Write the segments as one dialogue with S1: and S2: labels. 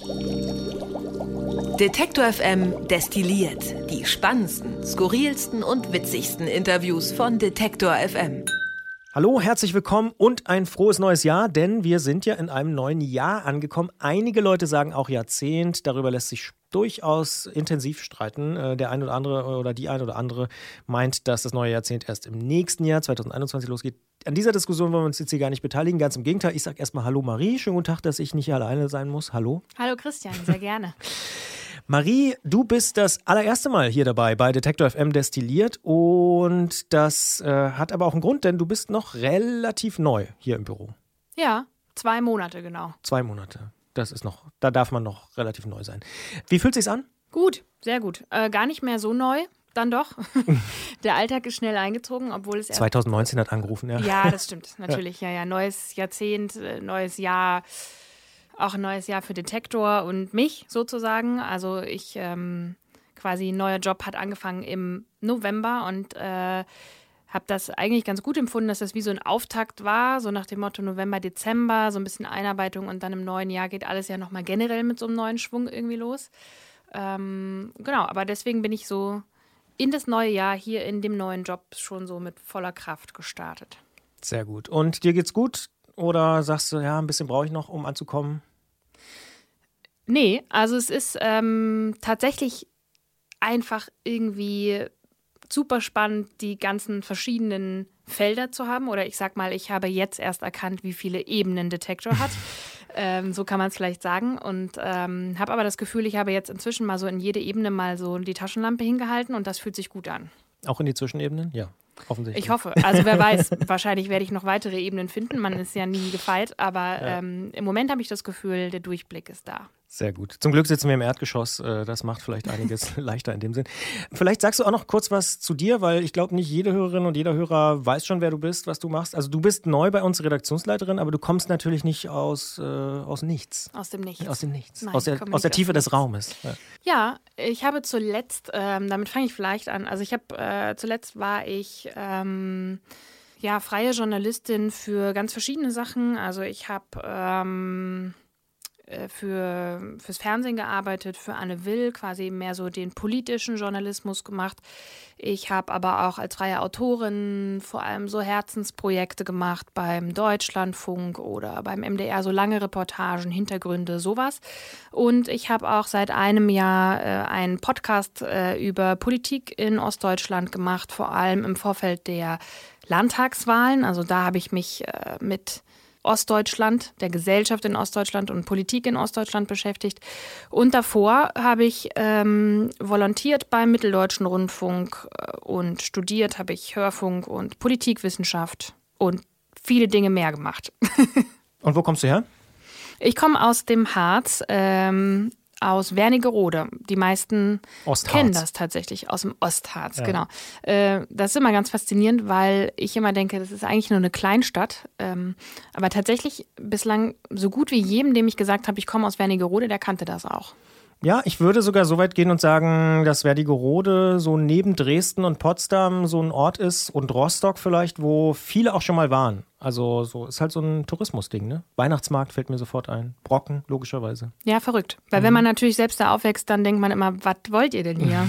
S1: Detektor FM destilliert die spannendsten, skurrilsten und witzigsten Interviews von Detektor FM.
S2: Hallo, herzlich willkommen und ein frohes neues Jahr, denn wir sind ja in einem neuen Jahr angekommen. Einige Leute sagen auch Jahrzehnt, darüber lässt sich durchaus intensiv streiten. Der eine oder andere oder die eine oder andere meint, dass das neue Jahrzehnt erst im nächsten Jahr, 2021, losgeht. An dieser Diskussion wollen wir uns jetzt hier gar nicht beteiligen, ganz im Gegenteil. Ich sage erstmal Hallo Marie, schönen guten Tag, dass ich nicht alleine sein muss. Hallo.
S3: Hallo Christian, sehr gerne.
S2: Marie, du bist das allererste Mal hier dabei bei Detektor FM destilliert und das hat aber auch einen Grund, denn du bist noch relativ neu hier im Büro.
S3: Ja, 2 Monate genau.
S2: 2 Monate, das ist noch, da darf man noch relativ neu sein. Wie fühlt es sich an?
S3: Gut, sehr gut. Gar nicht mehr so neu, dann doch. Der Alltag ist schnell eingezogen, obwohl es erst
S2: 2019 hat angerufen, ja.
S3: Ja, das stimmt, natürlich. Ja, neues Jahrzehnt, neues Jahr. Auch ein neues Jahr für Detektor und mich sozusagen. Also ich quasi ein neuer Job hat angefangen im November und habe das eigentlich ganz gut empfunden, dass das wie so ein Auftakt war, so nach dem Motto November, Dezember, so ein bisschen Einarbeitung und dann im neuen Jahr geht alles ja nochmal generell mit so einem neuen Schwung irgendwie los. Genau, aber deswegen bin ich so in das neue Jahr hier in dem neuen Job schon so mit voller Kraft gestartet.
S2: Sehr gut. Und dir geht's gut? Oder sagst du, ja, ein bisschen brauche ich noch, um anzukommen?
S3: Nee, also es ist tatsächlich einfach irgendwie super spannend, die ganzen verschiedenen Felder zu haben. Oder ich sag mal, ich habe jetzt erst erkannt, wie viele Ebenen Detektor hat. So kann man es vielleicht sagen. Und habe aber das Gefühl, ich habe jetzt inzwischen mal so in jede Ebene mal so die Taschenlampe hingehalten und das fühlt sich gut an.
S2: Auch in die Zwischenebenen? Ja. Offensichtlich.
S3: Ich hoffe. Also wer weiß, wahrscheinlich werde ich noch weitere Ebenen finden. Man ist ja nie gefeit, aber im Moment habe ich das Gefühl, der Durchblick ist da.
S2: Sehr gut. Zum Glück sitzen wir im Erdgeschoss. Das macht vielleicht einiges leichter in dem Sinn. Vielleicht sagst du auch noch kurz was zu dir, weil ich glaube, nicht jede Hörerin und jeder Hörer weiß schon, wer du bist, was du machst. Also du bist neu bei uns Redaktionsleiterin, aber du kommst natürlich nicht aus nichts.
S3: Aus dem Nichts.
S2: Aus dem Nichts.
S3: Nein,
S2: aus der Tiefe des Raumes.
S3: Ja, ich habe zuletzt, damit fange ich vielleicht an, also zuletzt war ich freie Journalistin für ganz verschiedene Sachen. Also ich habe fürs Fernsehen gearbeitet, für Anne Will, quasi mehr so den politischen Journalismus gemacht. Ich habe aber auch als freie Autorin vor allem so Herzensprojekte gemacht beim Deutschlandfunk oder beim MDR, so lange Reportagen, Hintergründe, sowas. Und ich habe auch seit einem Jahr einen Podcast über Politik in Ostdeutschland gemacht, vor allem im Vorfeld der Landtagswahlen. Also da habe ich mich mit Ostdeutschland, der Gesellschaft in Ostdeutschland und Politik in Ostdeutschland beschäftigt. Und davor habe ich volontiert beim Mitteldeutschen Rundfunk und studiert habe ich Hörfunk und Politikwissenschaft und viele Dinge mehr gemacht.
S2: Und wo kommst du her?
S3: Ich komme aus dem Harz, aus Wernigerode. Die meisten kennen das tatsächlich, aus dem Ostharz, ja. Genau. Das ist immer ganz faszinierend, weil ich immer denke, das ist eigentlich nur eine Kleinstadt. Aber tatsächlich bislang so gut wie jedem, dem ich gesagt habe, ich komme aus Wernigerode, der kannte das auch.
S2: Ja, ich würde sogar so weit gehen und sagen, dass Wernigerode so neben Dresden und Potsdam so ein Ort ist und Rostock vielleicht, wo viele auch schon mal waren. Also so ist halt so ein Tourismusding, ne? Weihnachtsmarkt fällt mir sofort ein. Brocken, logischerweise.
S3: Ja, verrückt. Weil wenn man natürlich selbst da aufwächst, dann denkt man immer, was wollt ihr denn hier?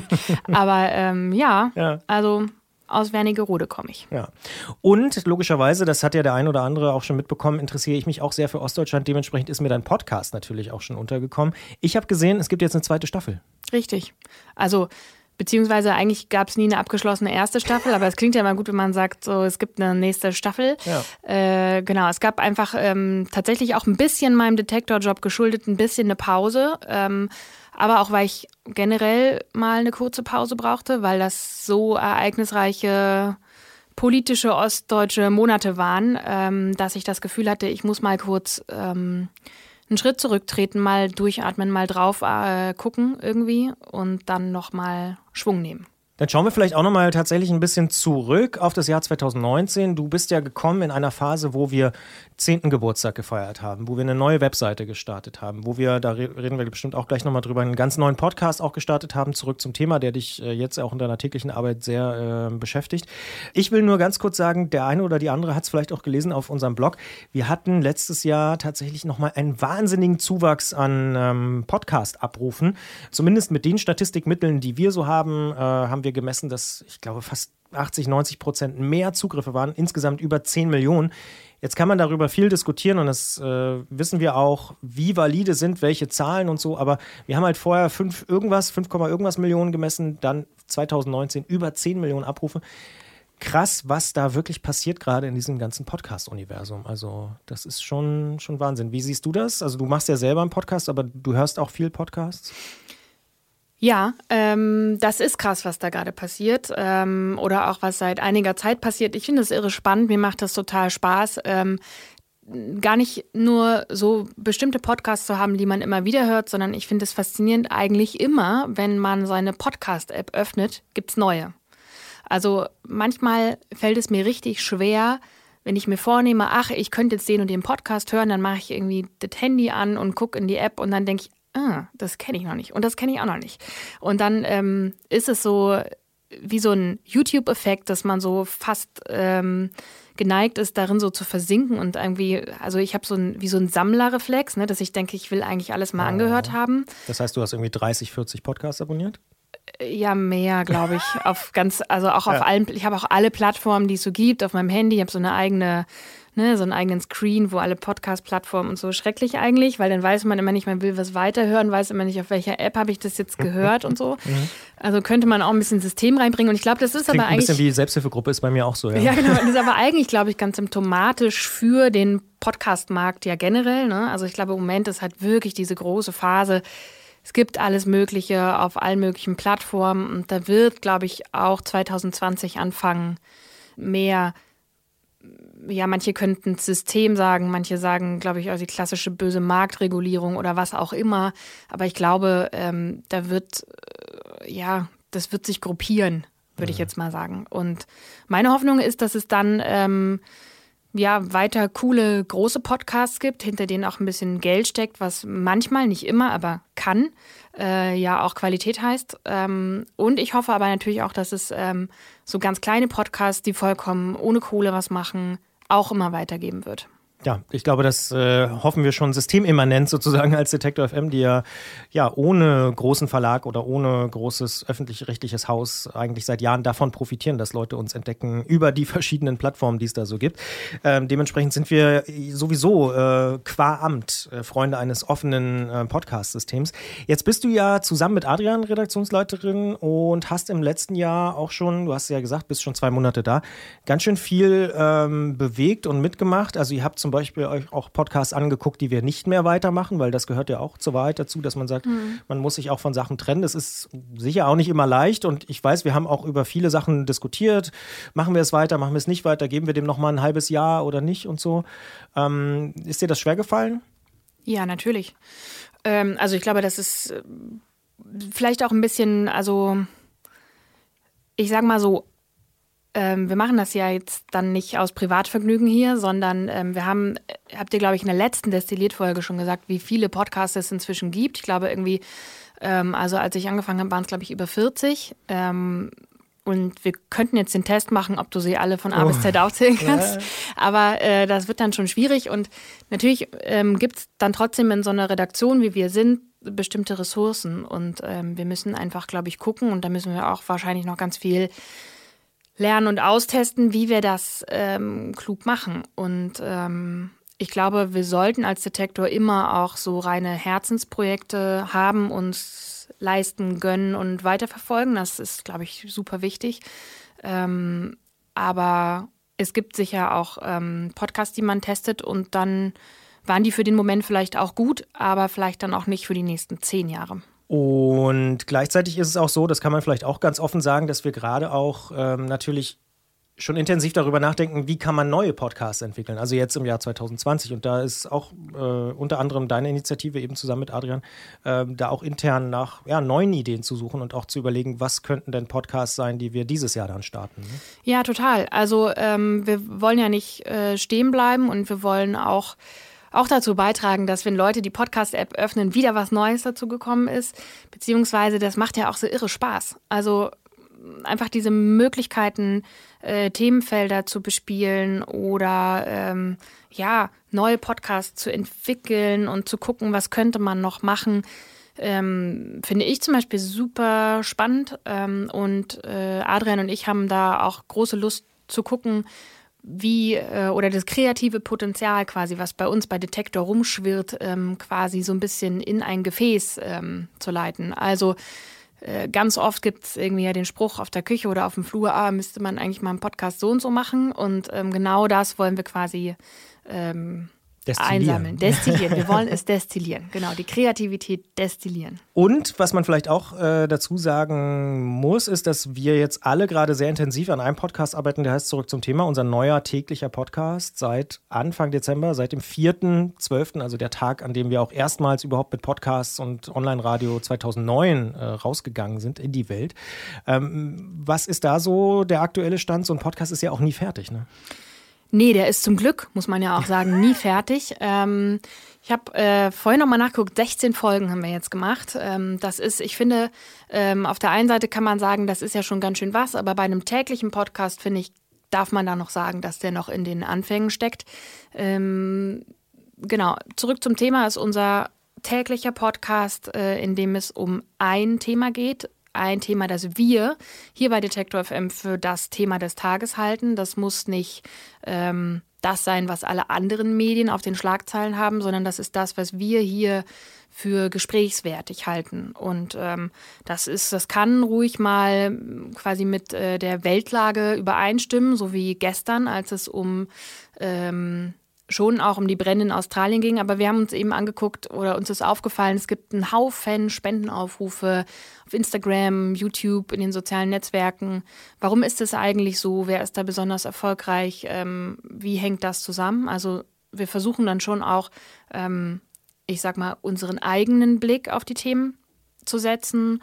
S3: Aber also aus Wernigerode komme ich.
S2: Ja. Und logischerweise, das hat ja der ein oder andere auch schon mitbekommen, interessiere ich mich auch sehr für Ostdeutschland. Dementsprechend ist mir dein Podcast natürlich auch schon untergekommen. Ich habe gesehen, es gibt jetzt eine 2. Staffel.
S3: Richtig. Also beziehungsweise eigentlich gab es nie eine abgeschlossene 1. Staffel, aber es klingt ja immer gut, wenn man sagt, so es gibt eine nächste Staffel. Ja. Genau, es gab einfach tatsächlich auch ein bisschen meinem Detektorjob geschuldet, ein bisschen eine Pause. Aber auch, weil ich generell mal eine kurze Pause brauchte, weil das so ereignisreiche politische ostdeutsche Monate waren, dass ich das Gefühl hatte, ich muss mal kurz einen Schritt zurücktreten, mal durchatmen, mal drauf gucken irgendwie und dann nochmal Schwung nehmen.
S2: Dann schauen wir vielleicht auch nochmal tatsächlich ein bisschen zurück auf das Jahr 2019. Du bist ja gekommen in einer Phase, wo wir 10. Geburtstag gefeiert haben, wo wir eine neue Webseite gestartet haben, wo wir, da reden wir bestimmt auch gleich nochmal drüber, einen ganz neuen Podcast auch gestartet haben, zurück zum Thema, der dich jetzt auch in deiner täglichen Arbeit sehr beschäftigt. Ich will nur ganz kurz sagen, der eine oder die andere hat es vielleicht auch gelesen auf unserem Blog. Wir hatten letztes Jahr tatsächlich nochmal einen wahnsinnigen Zuwachs an Podcast-Abrufen. Zumindest mit den Statistikmitteln, die wir so haben, haben wir gemessen, dass ich glaube fast 80-90% mehr Zugriffe waren, insgesamt über 10 Millionen. Jetzt kann man darüber viel diskutieren und das wissen wir auch, wie valide sind welche Zahlen und so, aber wir haben halt vorher 5 irgendwas Millionen gemessen, dann 2019 über 10 Millionen Abrufe. Krass, was da wirklich passiert gerade in diesem ganzen Podcast-Universum. Also das ist schon Wahnsinn. Wie siehst du das? Also du machst ja selber einen Podcast, aber du hörst auch viel Podcasts?
S3: Ja, das ist krass, was da gerade passiert oder auch was seit einiger Zeit passiert. Ich finde es irre spannend, mir macht das total Spaß, gar nicht nur so bestimmte Podcasts zu haben, die man immer wieder hört, sondern ich finde es faszinierend, eigentlich immer, wenn man seine Podcast-App öffnet, gibt's neue. Also manchmal fällt es mir richtig schwer, wenn ich mir vornehme, ich könnte jetzt den und den Podcast hören, dann mache ich irgendwie das Handy an und gucke in die App und dann denke ich, das kenne ich noch nicht und das kenne ich auch noch nicht. Und dann ist es so wie so ein YouTube-Effekt, dass man so fast geneigt ist, darin so zu versinken und irgendwie, also ich habe wie so einen Sammlerreflex, ne, dass ich denke, ich will eigentlich alles mal angehört haben.
S2: Das heißt, du hast irgendwie 30, 40 Podcasts abonniert?
S3: Ja, mehr, glaube ich. Auf allen, ich habe auch alle Plattformen, die es so gibt, auf meinem Handy. Ich habe so eine eigene, so einen eigenen Screen, wo alle Podcast-Plattformen und so. Schrecklich eigentlich, weil dann weiß man immer nicht, man will was weiterhören, weiß immer nicht, auf welcher App habe ich das jetzt gehört und so. Also könnte man auch ein bisschen System reinbringen. Und ich glaube, das ist
S2: Klingt
S3: aber eigentlich...
S2: ein bisschen wie Selbsthilfegruppe ist bei mir auch so, ja.
S3: Ja, genau. Das ist aber eigentlich, glaube ich, ganz symptomatisch für den Podcast-Markt ja generell. Ne? Also ich glaube, im Moment ist halt wirklich diese große Phase. Es gibt alles Mögliche auf allen möglichen Plattformen und da wird, glaube ich, auch 2020 anfangen, mehr, ja, manche könnten System sagen, manche sagen, glaube ich, auch die klassische böse Marktregulierung oder was auch immer. Aber ich glaube, das wird sich gruppieren, würde ich jetzt mal sagen. Und meine Hoffnung ist, dass es dann weiter coole, große Podcasts gibt, hinter denen auch ein bisschen Geld steckt, was manchmal, nicht immer, aber kann, auch Qualität heißt. Und ich hoffe aber natürlich auch, dass es so ganz kleine Podcasts, die vollkommen ohne Kohle was machen, auch immer weitergeben wird.
S2: Ja, ich glaube, das hoffen wir schon systemimmanent sozusagen als Detektor FM, die ja ohne großen Verlag oder ohne großes öffentlich-rechtliches Haus eigentlich seit Jahren davon profitieren, dass Leute uns entdecken über die verschiedenen Plattformen, die es da so gibt. Dementsprechend sind wir sowieso qua Amt Freunde eines offenen Podcast-Systems. Jetzt bist du ja zusammen mit Adrian Redaktionsleiterin und hast im letzten Jahr auch schon, du hast ja gesagt, bist schon 2 Monate da, ganz schön viel bewegt und mitgemacht. Also ihr habt zum Beispiel euch auch Podcasts angeguckt, die wir nicht mehr weitermachen, weil das gehört ja auch zur Wahrheit dazu, dass man sagt, man muss sich auch von Sachen trennen. Das ist sicher auch nicht immer leicht und ich weiß, wir haben auch über viele Sachen diskutiert. Machen wir es weiter, machen wir es nicht weiter, geben wir dem nochmal ein halbes Jahr oder nicht und so. Ist dir das schwergefallen?
S3: Ja, natürlich. Also ich glaube, das ist vielleicht auch ein bisschen, also ich sag mal so, wir machen das ja jetzt dann nicht aus Privatvergnügen hier, sondern habt ihr, glaube ich, in der letzten Destilliert-Folge schon gesagt, wie viele Podcasts es inzwischen gibt. Ich glaube irgendwie, also als ich angefangen habe, waren es, glaube ich, über 40. Und wir könnten jetzt den Test machen, ob du sie alle von A bis Z aufzählen kannst. Ja. Aber das wird dann schon schwierig. Und natürlich gibt es dann trotzdem in so einer Redaktion, wie wir sind, bestimmte Ressourcen. Und wir müssen einfach, glaube ich, gucken. Und da müssen wir auch wahrscheinlich noch ganz viel lernen und austesten, wie wir das klug machen. Und ich glaube, wir sollten als Detektor immer auch so reine Herzensprojekte haben, uns leisten, gönnen und weiterverfolgen. Das ist, glaube ich, super wichtig. Aber es gibt sicher auch Podcasts, die man testet und dann waren die für den Moment vielleicht auch gut, aber vielleicht dann auch nicht für die nächsten 10 Jahre.
S2: Und gleichzeitig ist es auch so, das kann man vielleicht auch ganz offen sagen, dass wir gerade auch natürlich schon intensiv darüber nachdenken, wie kann man neue Podcasts entwickeln. Also jetzt im Jahr 2020. Und da ist auch unter anderem deine Initiative eben zusammen mit Adrian, da auch intern nach neuen Ideen zu suchen und auch zu überlegen, was könnten denn Podcasts sein, die wir dieses Jahr dann starten. Ne?
S3: Ja, total. Also wir wollen ja nicht stehen bleiben und wir wollen auch dazu beitragen, dass wenn Leute die Podcast-App öffnen, wieder was Neues dazu gekommen ist. Beziehungsweise das macht ja auch so irre Spaß. Also einfach diese Möglichkeiten, Themenfelder zu bespielen oder neue Podcasts zu entwickeln und zu gucken, was könnte man noch machen, finde ich zum Beispiel super spannend. Und Adrian und ich haben da auch große Lust zu gucken, wie oder das kreative Potenzial quasi, was bei uns bei Detektor rumschwirrt, quasi so ein bisschen in ein Gefäß zu leiten. Also ganz oft gibt es irgendwie ja den Spruch auf der Küche oder auf dem Flur, müsste man eigentlich mal einen Podcast so und so machen. Und genau das wollen wir quasi einsammeln. Destillieren. Wir wollen es destillieren. Genau, die Kreativität destillieren.
S2: Und was man vielleicht auch dazu sagen muss, ist, dass wir jetzt alle gerade sehr intensiv an einem Podcast arbeiten, der heißt Zurück zum Thema, unser neuer täglicher Podcast seit Anfang Dezember, seit dem 4.12., also der Tag, an dem wir auch erstmals überhaupt mit Podcasts und Online-Radio 2009 rausgegangen sind in die Welt. Was ist da so der aktuelle Stand? So ein Podcast ist ja auch nie fertig, ne?
S3: Nee, der ist zum Glück, muss man ja auch sagen, nie fertig. Ich habe vorhin noch mal nachgeguckt, 16 Folgen haben wir jetzt gemacht. Das ist, ich finde, auf der einen Seite kann man sagen, das ist ja schon ganz schön was, aber bei einem täglichen Podcast, finde ich, darf man da noch sagen, dass der noch in den Anfängen steckt. Genau, zurück zum Thema ist unser täglicher Podcast, in dem es um ein Thema geht. Ein Thema, das wir hier bei Detektor FM für das Thema des Tages halten. Das muss nicht das sein, was alle anderen Medien auf den Schlagzeilen haben, sondern das ist das, was wir hier für gesprächswertig halten. Und das kann ruhig mal quasi mit der Weltlage übereinstimmen, so wie gestern, als es schon auch um die Brände in Australien ging, aber wir haben uns eben angeguckt oder uns ist aufgefallen, es gibt einen Haufen Spendenaufrufe auf Instagram, YouTube, in den sozialen Netzwerken. Warum ist das eigentlich so? Wer ist da besonders erfolgreich? Wie hängt das zusammen? Also wir versuchen dann schon auch, ich sag mal, unseren eigenen Blick auf die Themen zu setzen.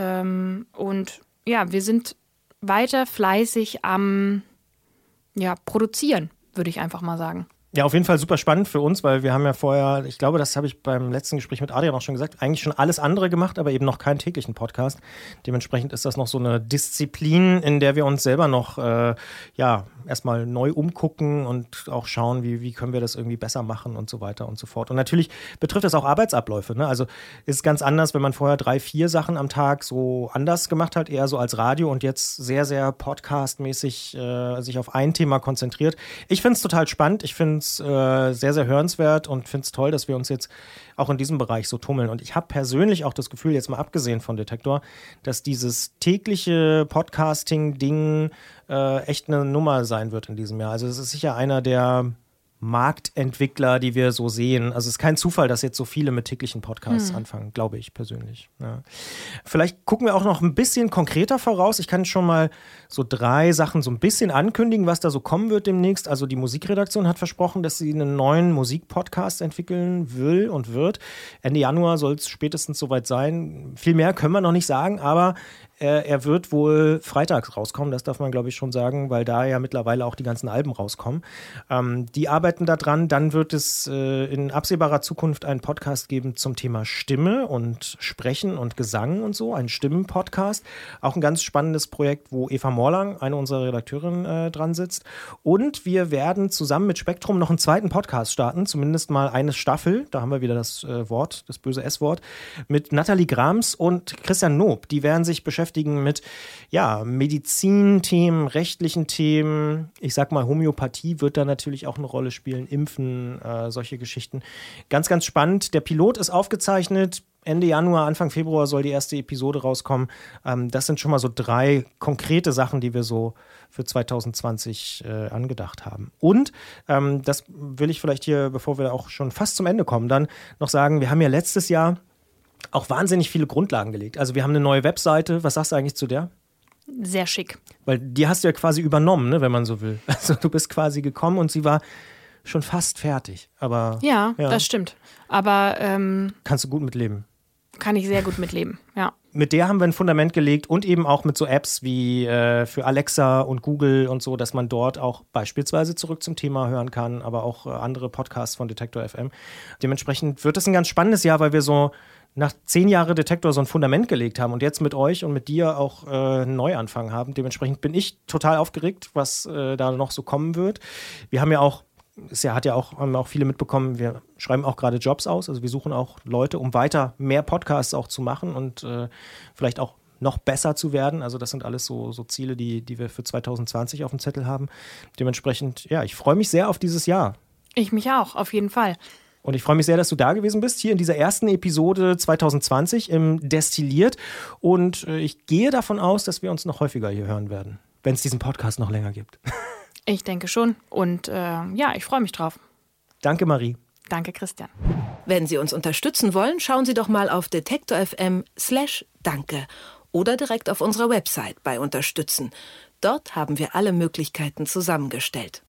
S3: Und ja, wir sind weiter fleißig am Produzieren, würde ich einfach mal sagen.
S2: Ja, auf jeden Fall super spannend für uns, weil wir haben ja vorher, ich glaube, das habe ich beim letzten Gespräch mit Adrian auch schon gesagt, eigentlich schon alles andere gemacht, aber eben noch keinen täglichen Podcast. Dementsprechend ist das noch so eine Disziplin, in der wir uns selber noch erstmal neu umgucken und auch schauen, wie können wir das irgendwie besser machen und so weiter und so fort. Und natürlich betrifft das auch Arbeitsabläufe, ne? Also ist es ganz anders, wenn man vorher 3, 4 Sachen am Tag so anders gemacht hat, eher so als Radio und jetzt sehr, sehr podcastmäßig sich auf ein Thema konzentriert. Ich finde es total spannend. Ich finde es sehr, sehr hörenswert und finde es toll, dass wir uns jetzt auch in diesem Bereich so tummeln. Und ich habe persönlich auch das Gefühl, jetzt mal abgesehen von Detektor, dass dieses tägliche Podcasting-Ding echt eine Nummer sein wird in diesem Jahr. Also es ist sicher einer der Marktentwickler, die wir so sehen. Also es ist kein Zufall, dass jetzt so viele mit täglichen Podcasts anfangen, glaube ich persönlich. Ja. Vielleicht gucken wir auch noch ein bisschen konkreter voraus. Ich kann schon mal so 3 Sachen so ein bisschen ankündigen, was da so kommen wird demnächst. Also die Musikredaktion hat versprochen, dass sie einen neuen Musikpodcast entwickeln will und wird. Ende Januar soll es spätestens soweit sein. Viel mehr können wir noch nicht sagen, aber er wird wohl freitags rauskommen, das darf man, glaube ich, schon sagen, weil da ja mittlerweile auch die ganzen Alben rauskommen. Die arbeiten da dran. Dann wird es in absehbarer Zukunft einen Podcast geben zum Thema Stimme und Sprechen und Gesang und so, ein Stimmenpodcast. Auch ein ganz spannendes Projekt, wo Eva Morlang, eine unserer Redakteurinnen, dran sitzt. Und wir werden zusammen mit Spektrum noch einen zweiten Podcast starten, zumindest mal eine Staffel, da haben wir wieder das Wort, das böse S-Wort, mit Nathalie Grams und Christian Noob. Die werden sich beschäftigen mit Medizinthemen, rechtlichen Themen. Ich sag mal, Homöopathie wird da natürlich auch eine Rolle spielen, Impfen, solche Geschichten. Ganz, ganz spannend. Der Pilot ist aufgezeichnet. Ende Januar, Anfang Februar soll die erste Episode rauskommen. Das sind schon mal so 3 konkrete Sachen, die wir so für 2020 angedacht haben. Und das will ich vielleicht hier, bevor wir auch schon fast zum Ende kommen, dann noch sagen, wir haben ja letztes Jahr auch wahnsinnig viele Grundlagen gelegt. Also wir haben eine neue Webseite. Was sagst du eigentlich zu der?
S3: sehr schick.
S2: Weil die hast du ja quasi übernommen, ne, wenn man so will. Also du bist quasi gekommen und sie war schon fast fertig. Aber
S3: Ja, das stimmt. Aber
S2: kannst du gut mitleben.
S3: kann ich sehr gut mitleben, ja.
S2: Mit der haben wir ein Fundament gelegt und eben auch mit so Apps wie für Alexa und Google und so, dass man dort auch beispielsweise zurück zum Thema hören kann, aber auch andere Podcasts von Detektor FM. Dementsprechend wird es ein ganz spannendes Jahr, weil wir so nach 10 Jahren Detektor so ein Fundament gelegt haben und jetzt mit euch und mit dir auch einen Neuanfang haben. Dementsprechend bin ich total aufgeregt, was da noch so kommen wird. Wir haben ja auch haben auch viele mitbekommen, wir schreiben auch gerade Jobs aus, also wir suchen auch Leute, um weiter mehr Podcasts auch zu machen und vielleicht auch noch besser zu werden. Also das sind alles so Ziele, die wir für 2020 auf dem Zettel haben. Dementsprechend, ja, ich freue mich sehr auf dieses Jahr.
S3: Ich mich auch, auf jeden Fall.
S2: Und ich freue mich sehr, dass du da gewesen bist, hier in dieser ersten Episode 2020 im Destilliert. Und ich gehe davon aus, dass wir uns noch häufiger hier hören werden, wenn es diesen Podcast noch länger gibt.
S3: Ich denke schon. Und ja, ich freue mich drauf.
S2: Danke, Marie.
S3: Danke, Christian.
S1: Wenn Sie uns unterstützen wollen, schauen Sie doch mal auf detektor.fm/danke oder direkt auf unserer Website bei Unterstützen. Dort haben wir alle Möglichkeiten zusammengestellt.